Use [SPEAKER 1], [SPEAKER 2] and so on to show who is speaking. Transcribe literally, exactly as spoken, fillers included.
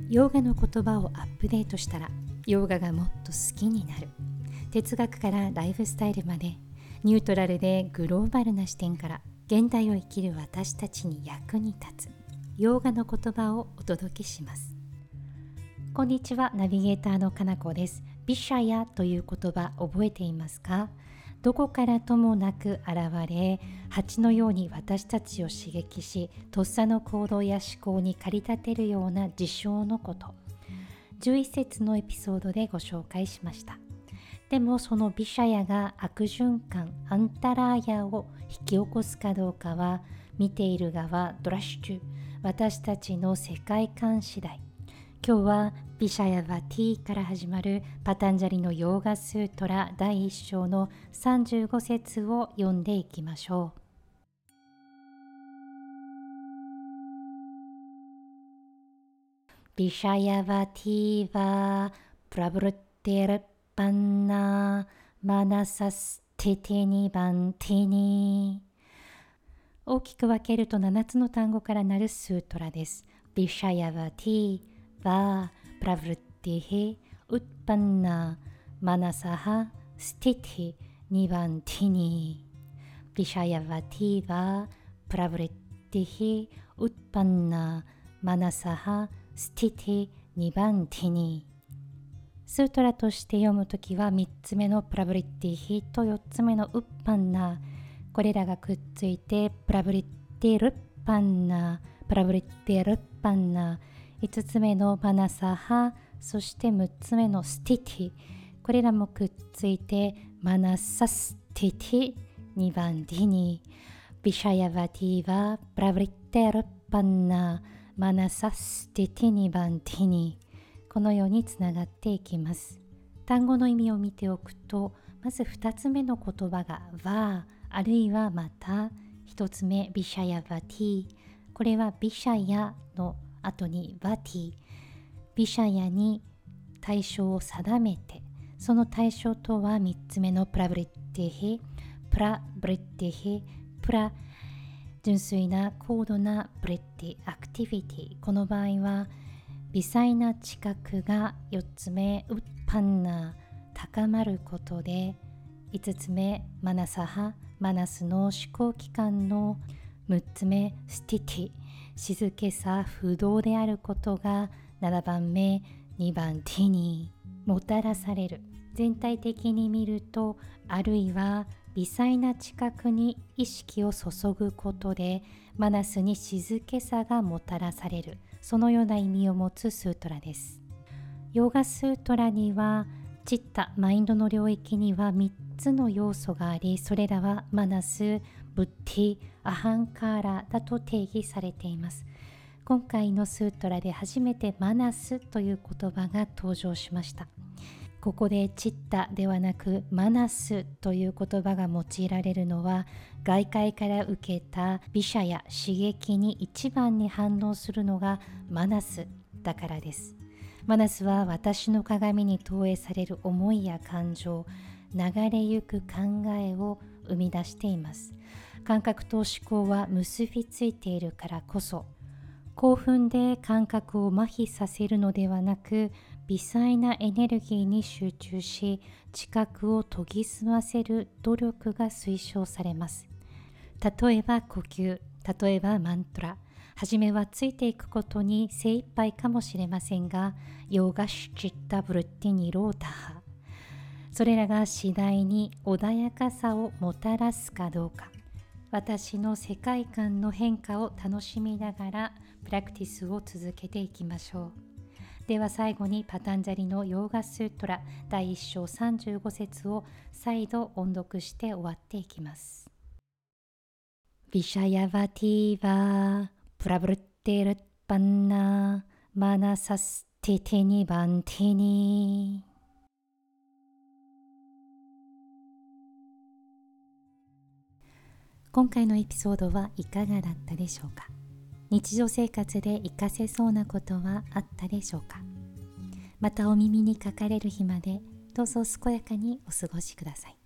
[SPEAKER 1] ヨガの言葉をアップデートしたらヨガがもっと好きになる。哲学からライフスタイルまでニュートラルでグローバルな視点から現代を生きる私たちに役に立つヨガの言葉をお届けします。こんにちは、ナビゲーターのかなこです。ビシャヤという言葉覚えていますか？どこからともなく現れ、蜂のように私たちを刺激し、とっさの行動や思考に駆り立てるような事象のこと。じゅういっ節のエピソードでご紹介しました。でもそのビシャヤが悪循環、アンタラーヤを引き起こすかどうかは、見ている側、ドラッシュ、私たちの世界観次第。今日はビシャヤバティから始まるパタンジャリのヨーガスートラだいいっ章のさんじゅうご節を読んでいきましょう。ビシャヤバティはプラブルッテルパンナマナサステテニバンティニ。大きく分けるとななつの単語からなるスートラです。ビシャヤバティはプラブルッティウッパンナマナサハステティニバンティニ。ビシャヤバティはプラブルッティウッパンナマナサハステティニバンティニ。スートラとして読むときはみっつめのプラブリッティヒとよっつめのウッパンナ、これらがくっついてプラブリッティルッパンナ、プラブリッティルッパンナ、いつつめのマナサハ、そしてむっつめのスティティ、これらもくっついてマナサスティティニバンティニ。ビシャヤバティはプラブリッティルッパンナマナサスティティニバンティニ。このようにつながっていきます。単語の意味を見ておくと、まずふたつめの言葉がは、あるいはまた。ひとつめビシャヤバティ、これはビシャヤの後にバティ、ビシャヤに対象を定めて、その対象とはみっつめのプラブリッティヒ、プラブリッティヒ、プラ純粋な高度なブリッティアクティビティ。この場合は微細な知覚がよっつめウッパンナ高まることで、いつつめマナサハマナスの思考機関のむっつめスティティ静けさ不動であることが、ななばんめにばんティニもたらされる。全体的に見ると、あるいは微細な知覚に意識を注ぐことでマナスに静けさがもたらされる、そのような意味を持つスートラです。ヨーガスートラにはチッタ、マインドの領域にはみっつの要素があり、それらはマナス、ブッティ、アハンカーラだと定義されています。今回のスートラで初めてマナスという言葉が登場しました。ここでチッタではなくマナスという言葉が用いられるのは、外界から受けたビシャや刺激に一番に反応するのがマナスだからです。マナスは私の鏡に投影される思いや感情、流れゆく考えを生み出しています。感覚と思考は結びついているからこそ、興奮で感覚を麻痺させるのではなく、微細なエネルギーに集中し、知覚を研ぎ澄ませる努力が推奨されます。例えば呼吸、例えばマントラ、はじめはついていくことに精一杯かもしれませんが、ヨーガシチッタブルッティニロータハ、それらが次第に穏やかさをもたらすかどうか、私の世界観の変化を楽しみながらプラクティスを続けていきましょう。では最後にパタンジャリのヨーガスートラだいいっ章さんじゅうご節を再度音読して終わっていきます。ビシャヤバティバプラブルッテルッパンナマナサステテニバンティニ。今回のエピソードはいかがだったでしょうか？日常生活で活かせそうなことはあったでしょうか？またお耳にかかれる日までどうぞ健やかにお過ごしください。